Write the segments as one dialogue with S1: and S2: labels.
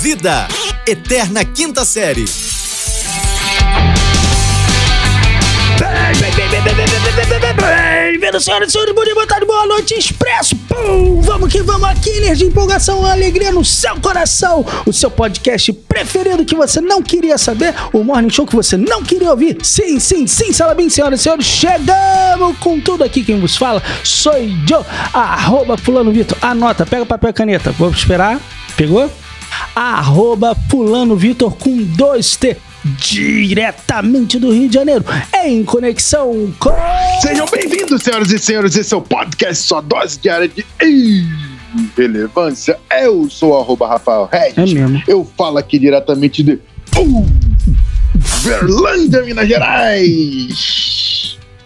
S1: Vida, Eterna Quinta Série.
S2: Bem-vindos, senhoras e senhores, bom dia, boa tarde, boa noite, Expresso. Pum, vamos que vamos aqui, energia, empolgação, alegria no seu coração. O seu podcast preferido que você não queria saber, o Morning Show que você não queria ouvir. Sim, Salabim, senhoras e senhores, chegamos com tudo aqui. Quem vos fala, sou eu, @Fulano Vitor. Anota, pega papel e caneta, vamos esperar, pegou? @Fulano Vitor com 2T. Diretamente do Rio de Janeiro, em conexão com...
S3: Sejam bem-vindos, senhoras e senhores, esse é o podcast, sua dose diária de relevância. Eu sou @Rafael Regis.
S2: É mesmo.
S3: Eu falo aqui diretamente de Uberlândia, Minas Gerais.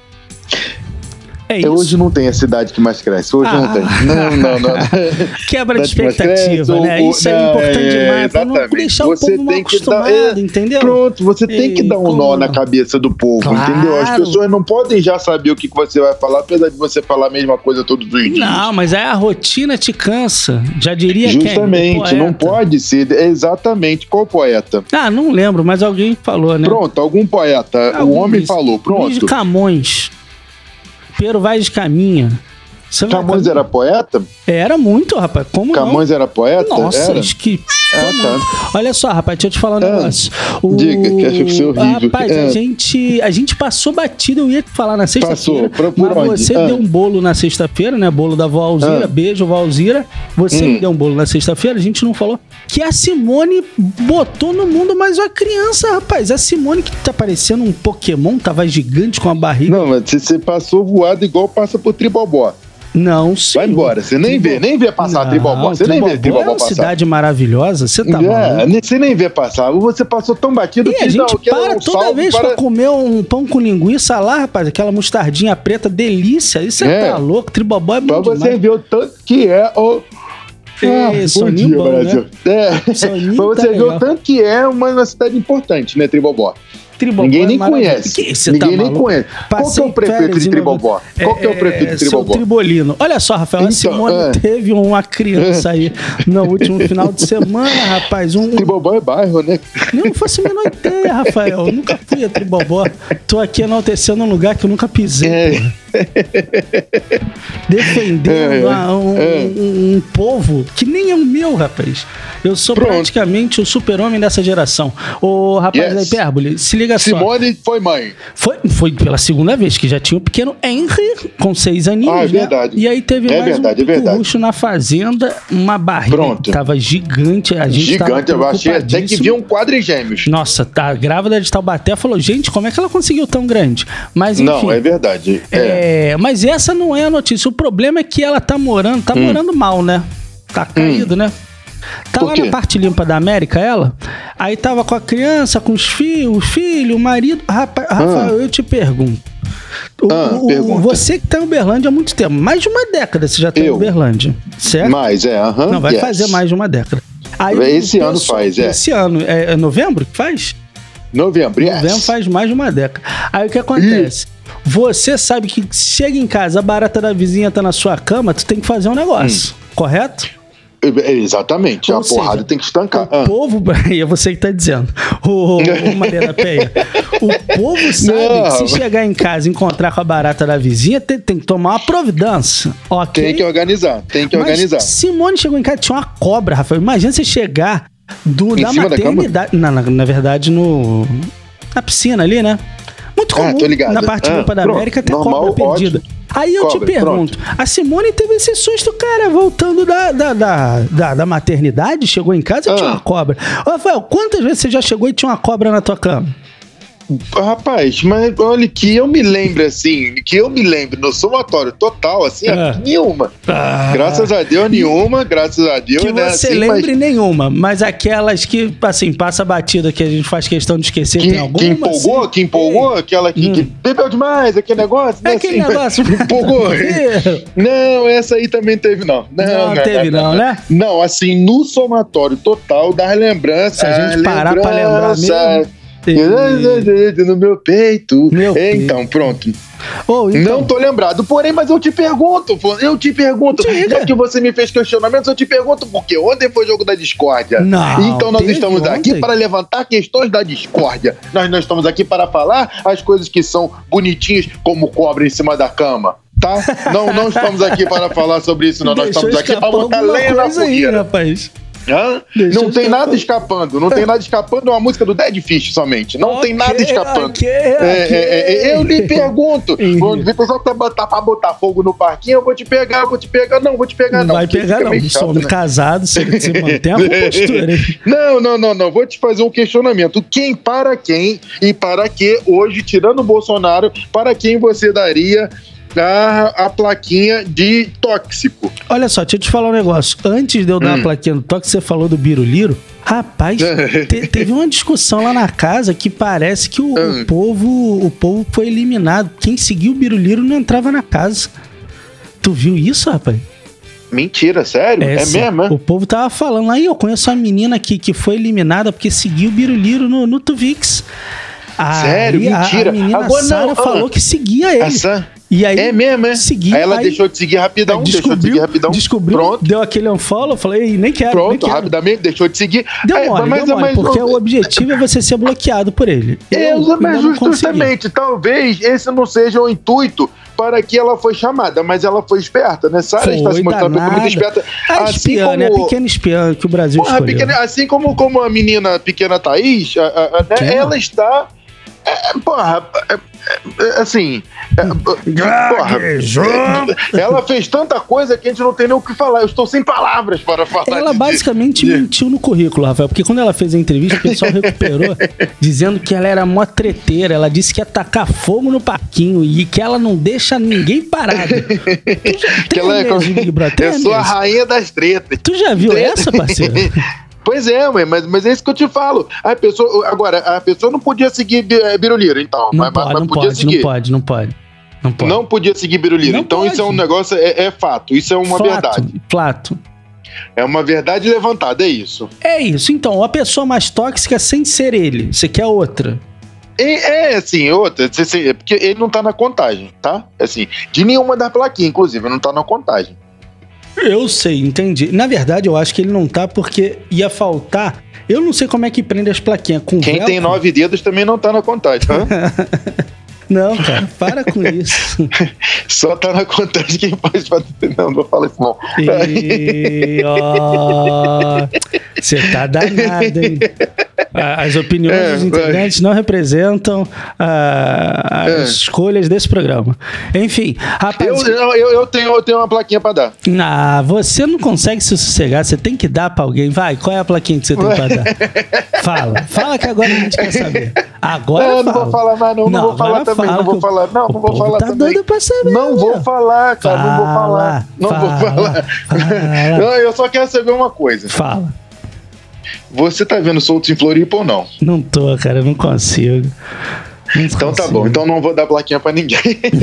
S2: É isso.
S3: Hoje não tem a cidade que mais cresce. Hoje não tem. Não.
S2: Quebra de expectativa, né? Isso é importante demais pra não deixar o povo mal acostumado, entendeu?
S3: Pronto, você tem que dar um nó na cabeça do povo,
S2: claro.
S3: Entendeu? As pessoas não podem já saber o que você vai falar, apesar de você falar a mesma coisa todos os dias.
S2: Não, mas aí a rotina te cansa. Já diria quem?
S3: Justamente, não pode ser. Exatamente. Qual poeta?
S2: Não lembro, mas alguém falou, né?
S3: Pronto, algum poeta. O homem falou, pronto.
S2: Luiz de Camões. Pero Vaz de Caminha.
S3: Camões era poeta?
S2: Era muito, rapaz. Como
S3: Camões
S2: não?
S3: era poeta?
S2: Nossa,
S3: era?
S2: acho que...
S3: Tá.
S2: Olha só, rapaz, deixa eu te falar um negócio.
S3: Diga, que acho que isso é horrível.
S2: Rapaz, a gente passou batido, eu ia te falar na sexta-feira.
S3: Passou, por
S2: mas
S3: onde?
S2: Você deu um bolo na sexta-feira, né? Bolo da vó Alzira. Beijo, vó Alzira. Você me deu um bolo na sexta-feira, a gente não falou. Que a Simone botou no mundo mais uma criança, rapaz. A Simone que tá parecendo um Pokémon, tava gigante com a barriga.
S3: Não, mas você passou voado igual passa por Tribobó.
S2: Não, sim.
S3: Vai embora, você nem vê passar a Tribobó. Você nem vê Tribobó
S2: passar. É uma cidade maravilhosa, você tá
S3: maluco. Você nem vê passar. Você passou tão batido que
S2: a gente
S3: não,
S2: para toda vez pra comer um pão com linguiça lá, rapaz, aquela mostardinha preta, delícia. Isso tá louco, Tribobó é bom demais.
S3: Pra você ver o tanto que é o... bom dia,
S2: bom,
S3: Brasil.
S2: Né?
S3: Pra você ver o tanto que é uma cidade importante, né, Tribobó? Ninguém nem conhece. Ninguém nem conhece. Qual que é o prefeito de Tribobó? Qual que é o prefeito de Tribobó?
S2: Seu Tribolino. Olha só, Rafael, a Simone teve uma criança aí no último final de semana, rapaz.
S3: Tribobó é bairro, né?
S2: Não faço a menor ideia, Rafael. Eu nunca fui a Tribobó. Tô aqui enaltecendo um lugar que eu nunca pisei. Defendendo um povo que nem é o meu, rapaz. Eu sou praticamente o super-homem dessa geração. Ô, rapaz da Hipérbole, se liga só.
S3: Simone foi mãe.
S2: Foi pela segunda vez, que já tinha o pequeno Henry, com 6 aninhos,
S3: é verdade.
S2: E aí teve mais um ruxo na fazenda, uma barriga que tava gigante. A gente
S3: gigante, eu achei até que viu um quadrigêmeos.
S2: Nossa, a grávida de Taubaté falou, gente, como é que ela conseguiu tão grande? Mas enfim.
S3: Não, é verdade.
S2: Mas essa não é a notícia. O problema é que ela tá morando mal, né? Tá caído, né? Tá lá na parte limpa da América, ela. Aí tava com a criança, com os filhos, o filho, o marido. Rafael, eu te pergunto. Você que tá em Uberlândia há muito tempo, mais de uma década você já tá em Uberlândia, certo? Não, vai fazer mais de uma década. Aí,
S3: esse ano faz,
S2: Esse ano, é novembro que faz?
S3: Novembro
S2: faz mais de uma década. Aí o que acontece? Você sabe que chega em casa, a barata da vizinha tá na sua cama, tu tem que fazer um negócio, correto?
S3: Exatamente, a porrada tem que estancar.
S2: O povo, é você que tá dizendo, o Maria da Penha, o povo sabe que se chegar em casa e encontrar com a barata da vizinha, tem que tomar uma providência. Okay?
S3: Tem que organizar.
S2: Simone chegou em casa, tinha uma cobra, Rafael. Imagina você chegar da maternidade. Na verdade, na piscina ali, né? Muito comum na parte limpa da América ter cobra perdida. Ótimo. Aí eu te pergunto, a Simone teve esse susto, cara, voltando da maternidade, chegou em casa e tinha uma cobra. Ô, Rafael, quantas vezes você já chegou e tinha uma cobra na tua cama?
S3: Rapaz, mas olha, que eu me lembro, no somatório total, assim, nenhuma. Graças a Deus, nenhuma, graças a Deus,
S2: que
S3: né?
S2: Você lembre nenhuma, mas aquelas que, assim, passa batida, que a gente faz questão de esquecer, tem alguma?
S3: Que empolgou, aquela que bebeu demais, aquele negócio, né?
S2: Aquele negócio.
S3: Empolgou. Não, essa aí também teve, não.
S2: Não teve, né?
S3: Não, assim, no somatório total das lembranças.
S2: Se a gente parar pra lembrar mesmo.
S3: No meu peito. Então, pronto. Então. Não tô lembrado, porém, mas eu te pergunto, já que você me fez questionamentos, eu te pergunto, porque ontem foi o jogo da discórdia. Então nós estamos aqui para levantar questões da discórdia. Nós não estamos aqui para falar as coisas que são bonitinhas, como cobra em cima da cama, tá? Não estamos aqui para falar sobre isso, não. Nós estamos aqui para botar lenha na fogueira.
S2: Rapaz.
S3: Não tem nada escapando. Não tem nada escapando, é uma música do Dead Fish somente. Não tem nada escapando. Eu lhe pergunto. O pessoal tá pra botar fogo no parquinho, eu vou te pegar. Não, vou te pegar, não.
S2: Vai pegar, não. Somos casados, você mantém a postura.
S3: Não. Vou te fazer um questionamento. Para quem e para que hoje, tirando o Bolsonaro, para quem você daria a plaquinha de tóxico?
S2: Olha só, deixa eu te falar um negócio. Antes de eu dar a plaquinha do tóxico, você falou do Biruliro. Rapaz, teve uma discussão lá na casa que parece que o povo foi eliminado. Quem seguiu o Biruliro não entrava na casa. Tu viu isso, rapaz?
S3: Mentira, sério? É mesmo?
S2: O povo tava falando. Aí eu conheço uma menina que foi eliminada porque seguiu o Biruliro no Tuvix.
S3: Sério? Mentira.
S2: A menina Sara falou que seguia ele. E aí,
S3: é mesmo, é?
S2: Aí
S3: ela deixou de seguir rapidão.
S2: Descobriu, pronto. Deu aquele unfollow, falei, nem quero.
S3: Pronto, rapidamente, deixou de seguir.
S2: Deu mole, porque o objetivo é você ser bloqueado por ele.
S3: Mas justamente, talvez esse não seja o intuito para que ela foi chamada, mas ela foi esperta, né? Sara está se mostrando muito esperta.
S2: A espiã, né? A pequena espiã que o Brasil escolheu.
S3: Assim como a menina pequena Thaís, né? Ela está... assim, ela fez tanta coisa que a gente não tem nem o que falar. Eu estou sem palavras para falar.
S2: Ela basicamente mentiu no currículo, Rafael, porque quando ela fez a entrevista, o pessoal recuperou dizendo que ela era mó treteira. Ela disse que ia tacar fogo no parquinho e que ela não deixa ninguém parado.
S3: Que ela é sua rainha das tretas.
S2: Tu já viu essa, parceiro?
S3: Pois é, mas é isso que eu te falo. A pessoa não podia seguir Biruliro, então. Não podia seguir Biruliro. Então isso é um negócio, é fato. Isso é uma verdade.
S2: Fato.
S3: É uma verdade levantada, é isso.
S2: É isso. Então, a pessoa mais tóxica sem ser ele. Você quer outra?
S3: Assim, outra. Porque ele não tá na contagem, tá? Assim, de nenhuma das plaquinhas, inclusive, não tá na contagem.
S2: Eu sei, entendi. Na verdade, eu acho que ele não tá porque ia faltar... Eu não sei como é que prende as plaquinhas. Com
S3: quem tem 9 dedos também não tá na contagem, tá?
S2: Não, cara, para com isso.
S3: Só tá na contagem quem faz... Não vou falar isso não.
S2: Você tá danado, hein? As opiniões dos integrantes não representam as escolhas desse programa. Enfim, rapaz...
S3: Eu tenho uma plaquinha pra dar.
S2: Você não consegue se sossegar, você tem que dar pra alguém. Vai, qual é a plaquinha que você tem pra dar? Fala que agora a gente quer saber. Agora
S3: não vou falar mais não vou falar também, não vou falar. Não vou falar também.
S2: Doido pra saber.
S3: Não vou falar, cara, não vou falar. Não vou falar. Não, eu só quero saber uma coisa.
S2: Fala.
S3: Você tá vendo Soltos em Floripa ou não?
S2: Não tô, cara, não consigo.
S3: Então tá bom, então não vou dar plaquinha pra ninguém.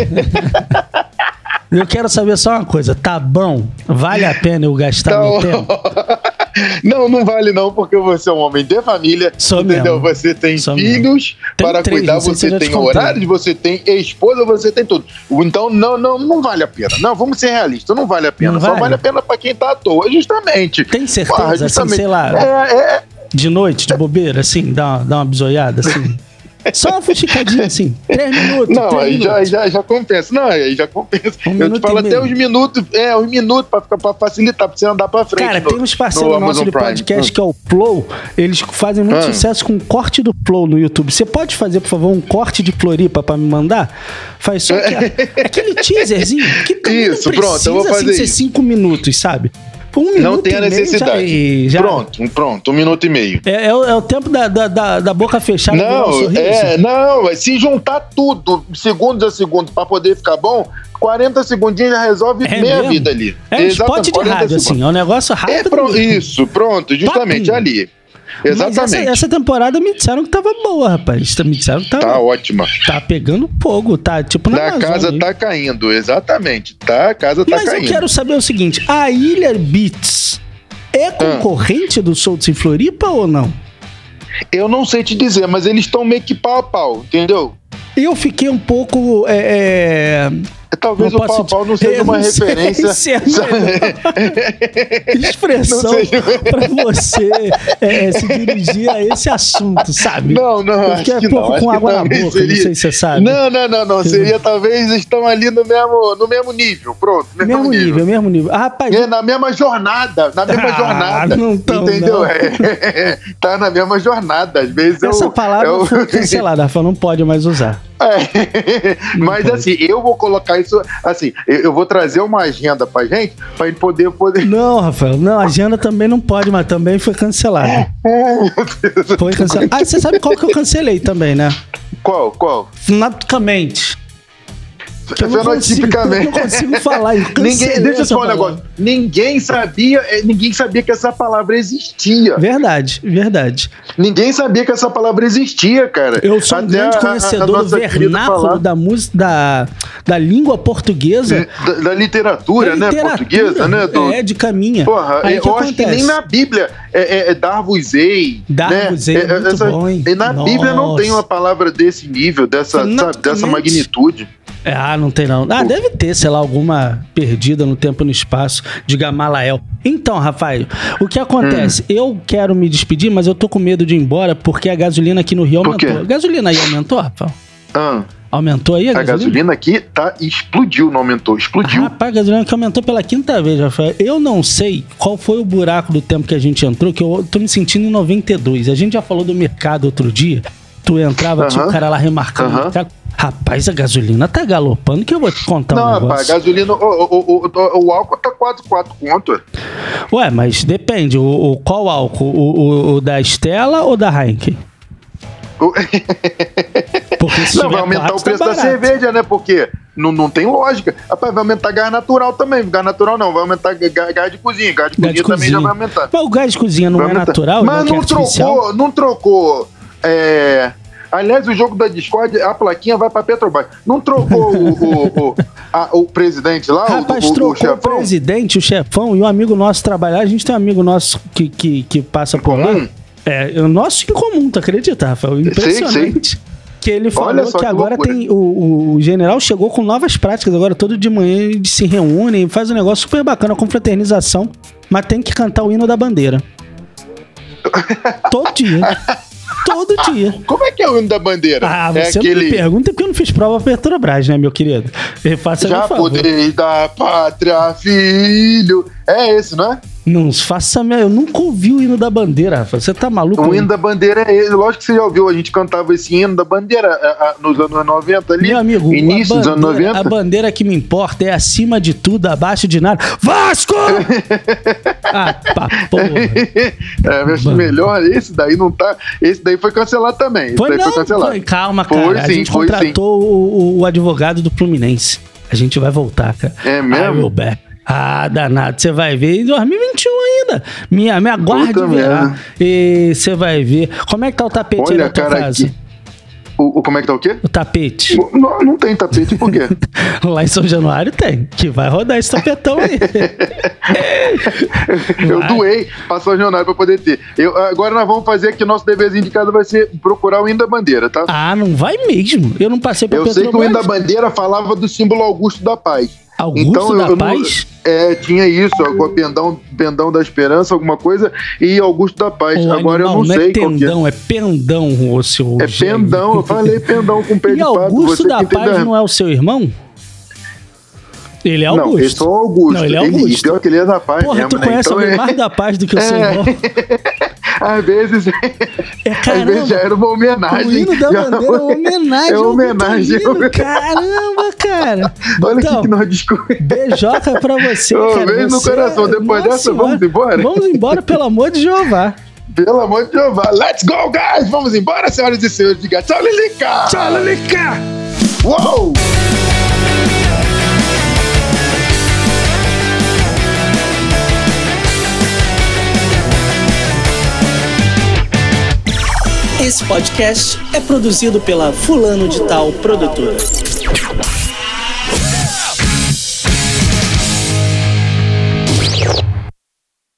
S2: Eu quero saber só uma coisa, tá bom? Vale a pena eu gastar meu tempo?
S3: Não vale não, porque você é um homem de família, entendeu? Mesmo. Você tem filhos para cuidar, você tem horários, você tem esposa, você tem tudo. Então não vale a pena. Não, vamos ser realistas, não vale a pena. Só vale a pena para quem tá à toa, justamente.
S2: Tem certeza, justamente. Assim, sei lá, de noite, de bobeira, assim, dá uma bisoiada, assim... Só uma fuxicadinha assim, 3 minutos.
S3: Não, aí já compensa. Não, aí já compensa. Eu te falo até os minutos pra facilitar, pra você andar pra frente.
S2: Cara, tem uns parceiros nossos de podcast que é o Plow. Eles fazem muito sucesso com o corte do Plow no YouTube. Você pode fazer, por favor, um corte de Floripa pra me mandar? Faz só aquele teaserzinho que também
S3: isso,
S2: não precisa,
S3: eu vou fazer
S2: ser 5 minutos, sabe?
S3: Não tem a necessidade. Pronto, 1 minuto e meio.
S2: É o tempo da boca fechada.
S3: Se juntar tudo, segundos a segundos, pra poder ficar bom, 40 segundinhos já resolve meia vida ali.
S2: É um spot de rádio, assim, é um negócio rápido.
S3: Pronto, justamente ali. Exatamente.
S2: Mas essa temporada me disseram que tava boa, rapaz. Me disseram que
S3: tá ótima.
S2: Tá pegando fogo, tá tipo na Amazônia.
S3: A casa tá caindo, exatamente. A casa tá caindo.
S2: Mas eu quero saber o seguinte, a Ilha Beats é concorrente do Soltos em Floripa ou não?
S3: Eu não sei te dizer, mas eles estão meio que pau a pau, entendeu?
S2: Eu fiquei um pouco...
S3: Talvez o pau não seja uma referência.
S2: Expressão para você se dirigir a esse assunto, sabe?
S3: Não, acho que
S2: pouco não. Com água na boca, seria... não sei se você sabe.
S3: Não. Seria talvez estão ali no mesmo nível, pronto.
S2: Mesmo nível. Ah, rapaz.
S3: Na mesma jornada.
S2: Não tão,
S3: entendeu? Não. Tá na mesma jornada. Às vezes
S2: essa palavra foi cancelada, Rafael, não pode mais usar.
S3: Mas assim, eu vou colocar isso assim, eu vou trazer uma agenda pra gente poder...
S2: Não, Rafael, não, a agenda também não pode, mas também foi cancelada. Foi cancelada. Ah, você sabe qual que eu cancelei também, né?
S3: Qual?
S2: Fenotipicamente.
S3: Eu não
S2: consigo falar.
S3: Deixa eu falar um negócio. Ninguém sabia que essa palavra existia.
S2: Verdade.
S3: Ninguém sabia que essa palavra existia, cara.
S2: Eu sou um grande conhecedor do vernáculo da música, da língua portuguesa.
S3: Da literatura, né? Portuguesa, né?
S2: De caminha.
S3: Porra, eu acho que nem na Bíblia Dar-vos-ei.
S2: Dar-vos-ei, muito bom, hein?
S3: E na Bíblia não tem uma palavra desse nível, dessa magnitude.
S2: Não tem não. Deve ter, sei lá, alguma perdida no tempo e no espaço de Gamalael. Então, Rafael, o que acontece? Eu quero me despedir, mas eu tô com medo de ir embora porque a gasolina aqui no Rio aumentou. A gasolina aí aumentou, Rafael? Aumentou aí a gasolina?
S3: A gasolina aqui explodiu, não aumentou, explodiu.
S2: Rapaz, a gasolina que aumentou pela 5ª vez, Rafael. Eu não sei qual foi o buraco do tempo que a gente entrou, que eu tô me sentindo em 92. A gente já falou do mercado outro dia. Tu entrava, tinha um cara lá remarcando o mercado. Rapaz, a gasolina tá galopando, que eu vou te contar um negócio. Não, rapaz,
S3: a gasolina, o álcool tá quase 4 conto.
S2: Ué, mas depende, qual álcool? O da Stella ou da Heineken?
S3: Não, vai aumentar o preço da cerveja, né? Porque não tem lógica. Rapaz, vai aumentar gás natural também. Gás natural não, vai aumentar gás de cozinha. Gás de cozinha também já vai aumentar.
S2: Mas o gás de cozinha não é natural?
S3: Mas não trocou. Aliás, o jogo da Discord, a plaquinha vai pra Petrobras. Não trocou o presidente lá?
S2: Rapaz, trocou o presidente, o chefão, e um amigo nosso trabalhar. A gente tem um amigo nosso que passa por lá. O nosso em comum, tu acredita, Rafael? Impressionante. Sim. Que ele falou que agora tem... O general chegou com novas práticas. Agora, todo de manhã, eles se reúnem, faz um negócio super bacana, com fraternização, mas tem que cantar o hino da bandeira. Todo dia. Todo dia.
S3: Como é que é o hino da bandeira?
S2: Você não me pergunta porque eu não fiz prova pra Petrobras, né, meu querido?
S3: Já podeis da pátria, filho. É esse, não é?
S2: Não faça... Eu nunca ouvi o hino da bandeira, Rafa. Você tá maluco?
S3: O hino da bandeira é esse. Lógico que você já ouviu. A gente cantava esse hino da bandeira nos anos 90 ali.
S2: Meu amigo,
S3: início dos anos 90.
S2: A bandeira que me importa é acima de tudo, abaixo de nada. Vasco!
S3: Porra. Acho melhor. Esse daí não tá... Esse daí foi cancelado também.
S2: Foi cancelado. Calma, cara. A gente contratou o advogado do Fluminense. A gente vai voltar, cara.
S3: É mesmo?
S2: Danado, você vai ver em 2021 ainda. Me aguarde verá. E você vai ver. Como é que tá o tapete aí na tua casa?
S3: Como é que tá o quê?
S2: O tapete.
S3: Não tem tapete, por quê?
S2: Lá em São Januário tem, que vai rodar esse tapetão aí.
S3: Eu doei pra São Januário pra poder ter. Agora nós vamos fazer aqui, nosso deverzinho de casa vai ser procurar o hino da bandeira, tá?
S2: Não vai mesmo. Eu não passei pra Petrobras.
S3: Eu sei que o hino da bandeira falava do símbolo Augusto da Paz.
S2: Augusto da Paz?
S3: Tinha isso, com a pendão da esperança, alguma coisa, e Augusto da Paz. Agora eu não sei qual que é.
S2: É pendão, ô seu...
S3: É pendão, eu falei pendão com pé de pato.
S2: E Augusto da Paz não é o seu irmão? Ele é Augusto.
S3: Não, eu sou Augusto.
S2: Não, ele é Augusto.
S3: Pior que ele é da Paz.
S2: Porra, tu conhece alguém mais da Paz do que o seu irmão?
S3: Às vezes já era uma homenagem.
S2: O hino da bandeira é uma homenagem.
S3: É uma homenagem.
S2: Caramba, cara.
S3: Olha então, que nós descobrimos.
S2: Beijoca pra você, cara.
S3: Beijo no coração. Depois dessa, vamos embora?
S2: Vamos embora, pelo amor de Jeová.
S3: Pelo amor de Jeová. Let's go, guys! Vamos embora, senhoras e senhores. Diga tchau, Lilica!
S2: Tchau, Lilica!
S3: Uou!
S4: Esse podcast é produzido pela Fulano de Tal Produtora.